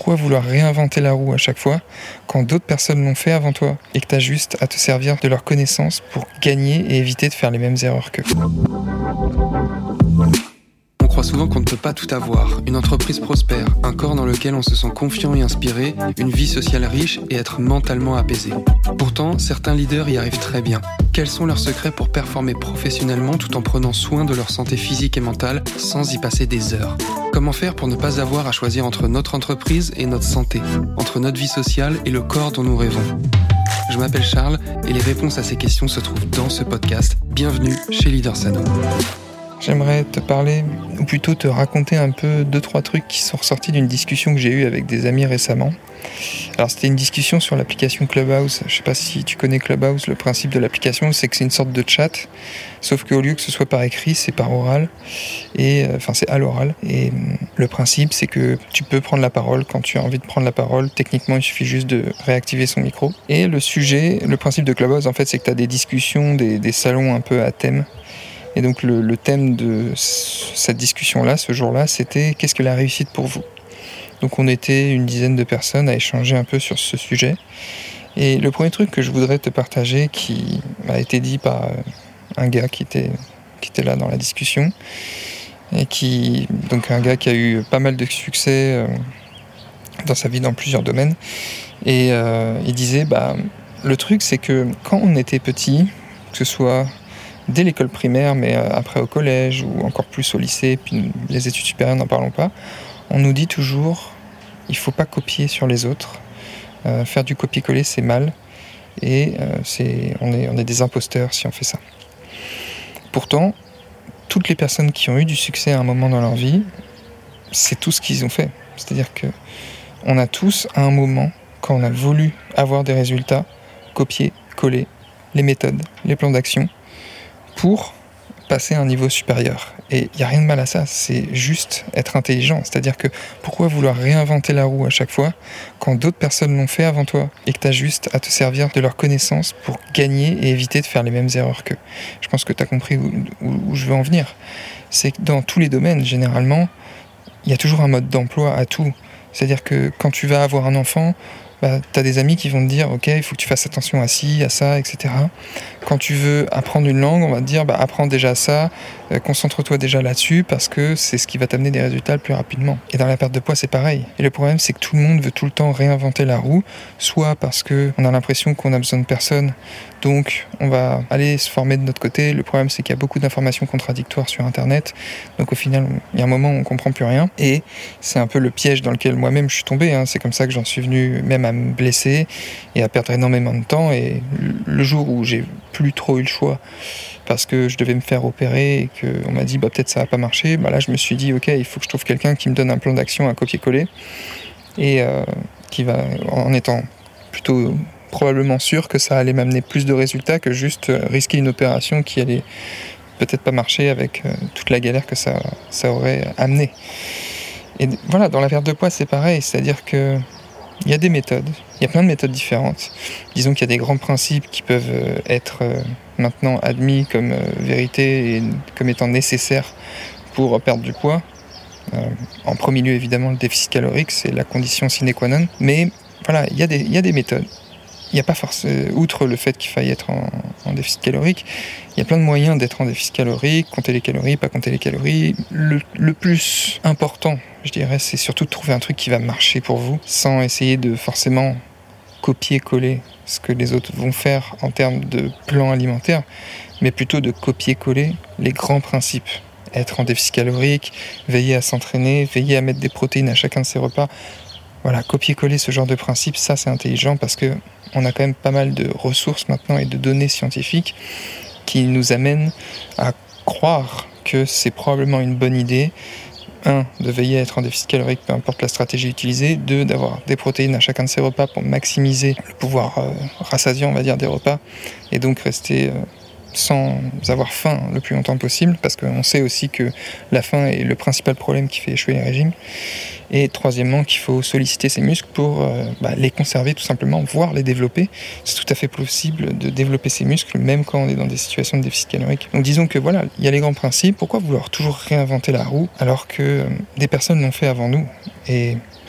Pourquoi vouloir réinventer la roue à chaque fois quand d'autres personnes l'ont fait avant toi et que tu as juste à te servir de leurs connaissances pour gagner et éviter de faire les mêmes erreurs qu'eux? On croit souvent qu'on ne peut pas tout avoir. Une entreprise prospère, un corps dans lequel on se sent confiant et inspiré, une vie sociale riche et être mentalement apaisé. Pourtant, certains leaders y arrivent très bien. Quels sont leurs secrets pour performer professionnellement tout en prenant soin de leur santé physique et mentale sans y passer des heures? Comment faire pour ne pas avoir à choisir entre notre entreprise et notre santé, entre notre vie sociale et le corps dont nous rêvons? Je m'appelle Charles et les réponses à ces questions se trouvent dans ce podcast. Bienvenue chez Leader Sano. J'aimerais te parler, ou plutôt te raconter un peu 2-3 trucs qui sont ressortis d'une discussion que j'ai eue avec des amis récemment. Alors c'était une discussion sur l'application Clubhouse. Je sais pas si tu connais Clubhouse. Le principe de l'application, c'est que c'est une sorte de chat, sauf qu'au lieu que ce soit par écrit, c'est par oral, c'est à l'oral. Et le principe, c'est que tu peux prendre la parole quand tu as envie de prendre la parole. Techniquement, il suffit juste de réactiver son micro. Et le principe de Clubhouse, en fait, c'est que tu as des discussions, des salons un peu à thème. Et donc le thème de cette discussion-là, ce jour-là, c'était « Qu'est-ce que la réussite pour vous ?» Donc on était une dizaine de personnes à échanger un peu sur ce sujet. Et le premier truc que je voudrais te partager, qui a été dit par un gars qui était là dans la discussion, et donc un gars qui a eu pas mal de succès dans sa vie dans plusieurs domaines, et il disait le truc c'est que quand on était petit, que ce soit dès l'école primaire, mais après au collège ou encore plus au lycée, puis les études supérieures, n'en parlons pas, on nous dit toujours il faut pas copier sur les autres, faire du copier-coller c'est mal, et on est des imposteurs si on fait ça. Pourtant, toutes les personnes qui ont eu du succès à un moment dans leur vie, c'est tout ce qu'ils ont fait. C'est-à-dire que on a tous à un moment, quand on a voulu avoir des résultats, copier, coller les méthodes, les plans d'action, pour passer à un niveau supérieur. Et il n'y a rien de mal à ça, c'est juste être intelligent. C'est-à-dire que pourquoi vouloir réinventer la roue à chaque fois quand d'autres personnes l'ont fait avant toi et que tu as juste à te servir de leurs connaissances pour gagner et éviter de faire les mêmes erreurs qu'eux? Je pense que tu as compris où je veux en venir. C'est que dans tous les domaines, généralement, il y a toujours un mode d'emploi à tout. C'est-à-dire que quand tu vas avoir un enfant, tu as des amis qui vont te dire « Ok, il faut que tu fasses attention à ci, à ça, etc. » Quand tu veux apprendre une langue, on va te dire « Apprends déjà ça, concentre-toi déjà là-dessus parce que c'est ce qui va t'amener des résultats le plus rapidement. » Et dans la perte de poids, c'est pareil. Et le problème, c'est que tout le monde veut tout le temps réinventer la roue, soit parce qu'on a l'impression qu'on a besoin de personne, donc on va aller se former de notre côté. Le problème, c'est qu'il y a beaucoup d'informations contradictoires sur Internet, donc au final, il y a un moment où on comprend plus rien. Et c'est un peu le piège dans lequel moi-même je suis tombé. C'est comme ça que j'en suis venu même à me blesser et à perdre énormément de temps. Et le jour où j'ai plus trop eu le choix parce que je devais me faire opérer et qu'on m'a dit peut-être ça va pas marcher, là je me suis dit ok, il faut que je trouve quelqu'un qui me donne un plan d'action à copier-coller et qui va, en étant plutôt probablement sûr que ça allait m'amener plus de résultats que juste risquer une opération qui allait peut-être pas marcher avec toute la galère que ça aurait amené. Et voilà, dans la perte de poids c'est pareil, c'est-à-dire que il y a des méthodes, il y a plein de méthodes différentes. Disons qu'il y a des grands principes qui peuvent être maintenant admis comme vérité et comme étant nécessaires pour perdre du poids. En premier lieu, évidemment, le déficit calorique, c'est la condition sine qua non. Mais voilà, il y a des méthodes. Il n'y a pas forcément, outre le fait qu'il faille être en déficit calorique, il y a plein de moyens d'être en déficit calorique, compter les calories, pas compter les calories. Le plus important, je dirais, c'est surtout de trouver un truc qui va marcher pour vous, sans essayer de forcément copier-coller ce que les autres vont faire en termes de plan alimentaire, mais plutôt de copier-coller les grands principes. Être en déficit calorique, veiller à s'entraîner, veiller à mettre des protéines à chacun de ses repas. Voilà, copier-coller ce genre de principe, ça c'est intelligent parce que on a quand même pas mal de ressources maintenant et de données scientifiques qui nous amènent à croire que c'est probablement une bonne idée. 1. De veiller à être en déficit calorique, peu importe la stratégie utilisée. 2. D'avoir des protéines à chacun de ses repas pour maximiser le pouvoir rassasiant, on va dire, des repas. Et donc rester sans avoir faim le plus longtemps possible, parce qu'on sait aussi que la faim est le principal problème qui fait échouer les régimes. Et troisièmement, qu'il faut solliciter ses muscles pour les conserver tout simplement, voire les développer. C'est tout à fait possible de développer ses muscles, même quand on est dans des situations de déficit calorique. Donc disons que voilà, il y a les grands principes. Pourquoi vouloir toujours réinventer la roue alors que des personnes l'ont fait avant nous ? Et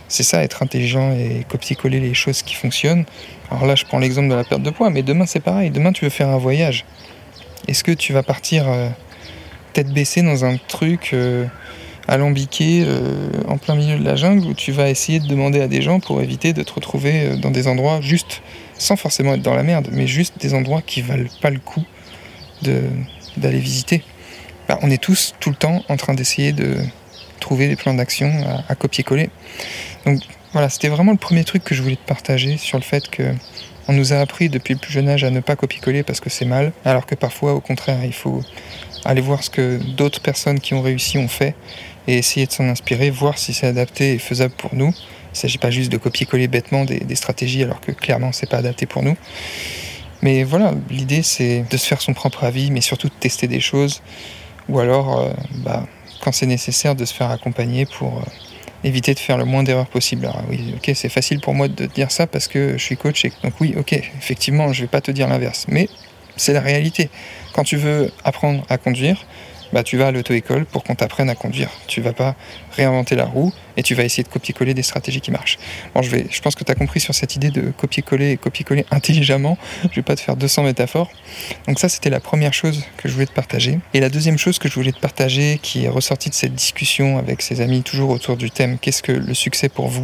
C'est ça, être intelligent et copier-coller les choses qui fonctionnent. Alors là, je prends l'exemple de la perte de poids, mais demain, c'est pareil. Demain, tu veux faire un voyage. Est-ce que tu vas partir tête baissée dans un truc alambiqué en plein milieu de la jungle où tu vas essayer de demander à des gens pour éviter de te retrouver dans des endroits juste, sans forcément être dans la merde, mais juste des endroits qui valent pas le coup d'aller visiter. On est tous, tout le temps, en train d'essayer de trouver des plans d'action à copier-coller. Donc voilà, c'était vraiment le premier truc que je voulais te partager sur le fait qu'on nous a appris depuis le plus jeune âge à ne pas copier-coller parce que c'est mal, alors que parfois, au contraire, il faut aller voir ce que d'autres personnes qui ont réussi ont fait et essayer de s'en inspirer, voir si c'est adapté et faisable pour nous. Il ne s'agit pas juste de copier-coller bêtement des stratégies alors que clairement c'est pas adapté pour nous. Mais voilà, l'idée c'est de se faire son propre avis, mais surtout de tester des choses, ou alors quand c'est nécessaire de se faire accompagner pour éviter de faire le moins d'erreurs possible. Alors oui, ok, c'est facile pour moi de te dire ça parce que je suis coach, et donc oui, ok, effectivement, je vais pas te dire l'inverse, mais c'est la réalité. Quand tu veux apprendre à conduire, tu vas à l'auto-école pour qu'on t'apprenne à conduire. Tu vas pas réinventer la roue et tu vas essayer de copier-coller des stratégies qui marchent. Bon, je pense que tu as compris sur cette idée de copier-coller et copier-coller intelligemment. Je vais pas te faire 200 métaphores. Donc ça, c'était la première chose que je voulais te partager. Et la deuxième chose que je voulais te partager, qui est ressortie de cette discussion avec ses amis, toujours autour du thème « Qu'est-ce que le succès pour vous ?»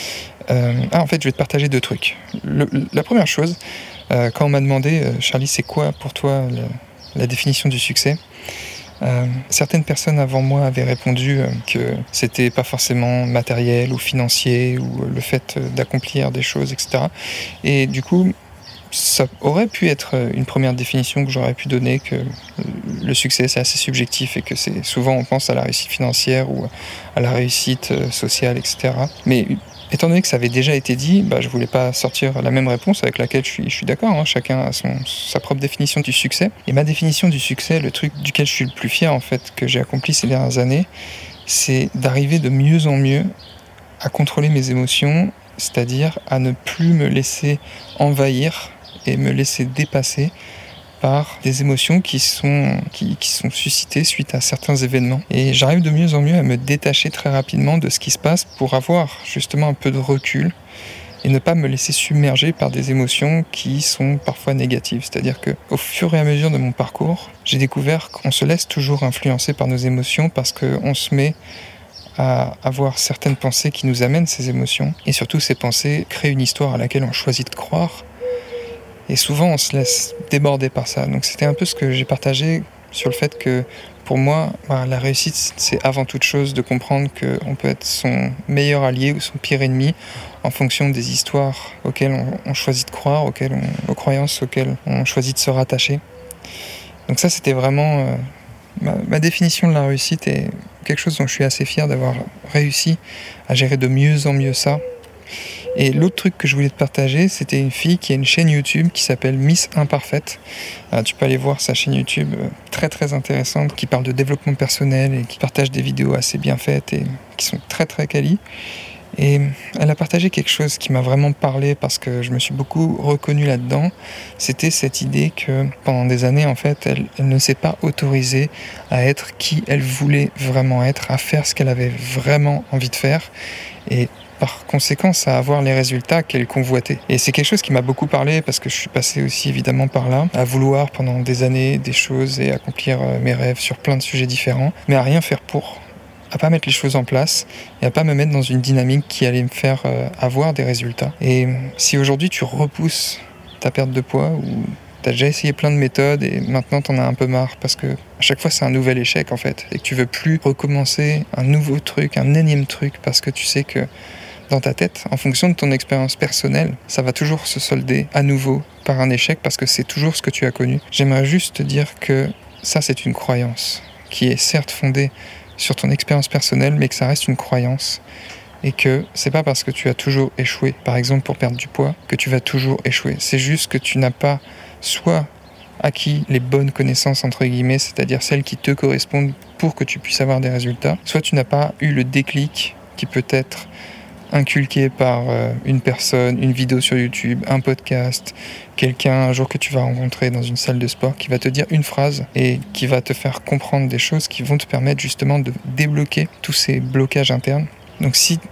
En fait, je vais te partager deux trucs. La première chose, quand on m'a demandé « Charlie, c'est quoi pour toi la définition du succès ?» Certaines personnes avant moi avaient répondu que c'était pas forcément matériel ou financier ou le fait d'accomplir des choses, etc. Et du coup, ça aurait pu être une première définition que j'aurais pu donner, que le succès c'est assez subjectif et que c'est souvent on pense à la réussite financière ou à la réussite sociale, etc. Mais étant donné que ça avait déjà été dit, je voulais pas sortir la même réponse avec laquelle je suis d'accord, hein. Chacun a sa propre définition du succès. Et ma définition du succès, le truc duquel je suis le plus fier en fait, que j'ai accompli ces dernières années, c'est d'arriver de mieux en mieux à contrôler mes émotions, c'est-à-dire à ne plus me laisser envahir et me laisser dépasser par des émotions qui sont suscitées suite à certains événements. Et j'arrive de mieux en mieux à me détacher très rapidement de ce qui se passe pour avoir justement un peu de recul et ne pas me laisser submerger par des émotions qui sont parfois négatives. C'est-à-dire qu'au fur et à mesure de mon parcours, j'ai découvert qu'on se laisse toujours influencer par nos émotions parce qu'on se met à avoir certaines pensées qui nous amènent ces émotions. Et surtout, ces pensées créent une histoire à laquelle on choisit de croire. Et souvent, on se laisse déborder par ça. Donc c'était un peu ce que j'ai partagé sur le fait que, pour moi, la réussite, c'est avant toute chose de comprendre qu'on peut être son meilleur allié ou son pire ennemi en fonction des histoires auxquelles on choisit de croire, aux croyances auxquelles on choisit de se rattacher. Donc ça, c'était vraiment ma définition de la réussite et quelque chose dont je suis assez fier d'avoir réussi à gérer de mieux en mieux ça. Et l'autre truc que je voulais te partager, c'était une fille qui a une chaîne YouTube qui s'appelle Miss Imparfaite. Tu peux aller voir sa chaîne YouTube très très intéressante qui parle de développement personnel et qui partage des vidéos assez bien faites et qui sont très très quali. Et elle a partagé quelque chose qui m'a vraiment parlé parce que je me suis beaucoup reconnu là-dedans. C'était cette idée que pendant des années, en fait, elle ne s'est pas autorisée à être qui elle voulait vraiment être, à faire ce qu'elle avait vraiment envie de faire. Et par conséquent, à avoir les résultats qu'elle convoitait. Et c'est quelque chose qui m'a beaucoup parlé parce que je suis passé aussi évidemment par là, à vouloir pendant des années des choses et accomplir mes rêves sur plein de sujets différents, mais à rien faire pour, à pas mettre les choses en place et à pas me mettre dans une dynamique qui allait me faire avoir des résultats. Et si aujourd'hui tu repousses ta perte de poids ou t'as déjà essayé plein de méthodes et maintenant t'en as un peu marre parce que à chaque fois c'est un nouvel échec en fait et que tu veux plus recommencer un nouveau truc, un énième truc parce que tu sais que dans ta tête, en fonction de ton expérience personnelle, ça va toujours se solder à nouveau par un échec parce que c'est toujours ce que tu as connu. J'aimerais juste te dire que ça, c'est une croyance qui est certes fondée sur ton expérience personnelle, mais que ça reste une croyance et que c'est pas parce que tu as toujours échoué, par exemple pour perdre du poids, que tu vas toujours échouer. C'est juste que tu n'as pas soit acquis les bonnes connaissances, entre guillemets, c'est-à-dire celles qui te correspondent pour que tu puisses avoir des résultats, soit tu n'as pas eu le déclic qui peut être inculqué par une personne, une vidéo sur YouTube, un podcast, quelqu'un un jour que tu vas rencontrer dans une salle de sport qui va te dire une phrase et qui va te faire comprendre des choses qui vont te permettre justement de débloquer tous ces blocages internes. Donc si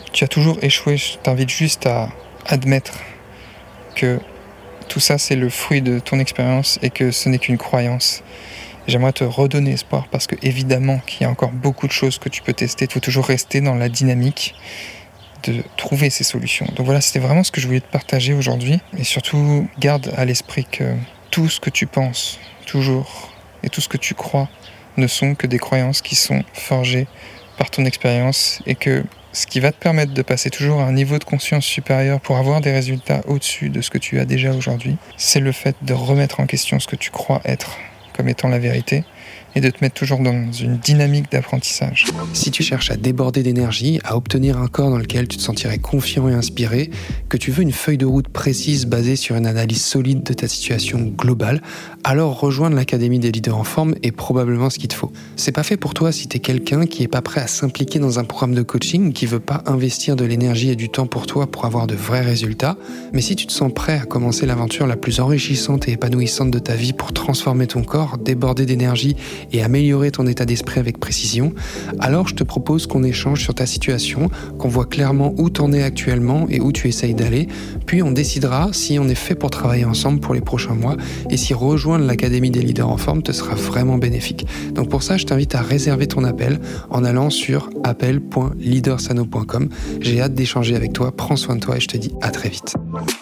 tu as toujours échoué. Je t'invite juste à admettre que tout ça, c'est le fruit de ton expérience et que ce n'est qu'une croyance. J'aimerais te redonner espoir parce que évidemment qu'il y a encore beaucoup de choses que tu peux tester. Il faut toujours rester dans la dynamique de trouver ces solutions. Donc voilà, c'était vraiment ce que je voulais te partager aujourd'hui. Et surtout, garde à l'esprit que tout ce que tu penses, toujours, et tout ce que tu crois, ne sont que des croyances qui sont forgées par ton expérience et que ce qui va te permettre de passer toujours à un niveau de conscience supérieur pour avoir des résultats au-dessus de ce que tu as déjà aujourd'hui, c'est le fait de remettre en question ce que tu crois être comme étant la vérité et de te mettre toujours dans une dynamique d'apprentissage. Si tu cherches à déborder d'énergie, à obtenir un corps dans lequel tu te sentirais confiant et inspiré, que tu veux une feuille de route précise basée sur une analyse solide de ta situation globale, alors rejoindre l'Académie des leaders en forme est probablement ce qu'il te faut. C'est pas fait pour toi si t'es quelqu'un qui est pas prêt à s'impliquer dans un programme de coaching, qui veut pas investir de l'énergie et du temps pour toi pour avoir de vrais résultats, mais si tu te sens prêt à commencer l'aventure la plus enrichissante et épanouissante de ta vie pour transformer ton corps, déborder d'énergie et améliorer ton état d'esprit avec précision, alors je te propose qu'on échange sur ta situation, qu'on voit clairement où t'en es actuellement et où tu essayes d'aller, puis on décidera si on est fait pour travailler ensemble pour les prochains mois et si rejoindre l'Académie des leaders en forme te sera vraiment bénéfique. Donc pour ça, je t'invite à réserver ton appel en allant sur appel.leadersano.com. J'ai hâte d'échanger avec toi, prends soin de toi et je te dis à très vite.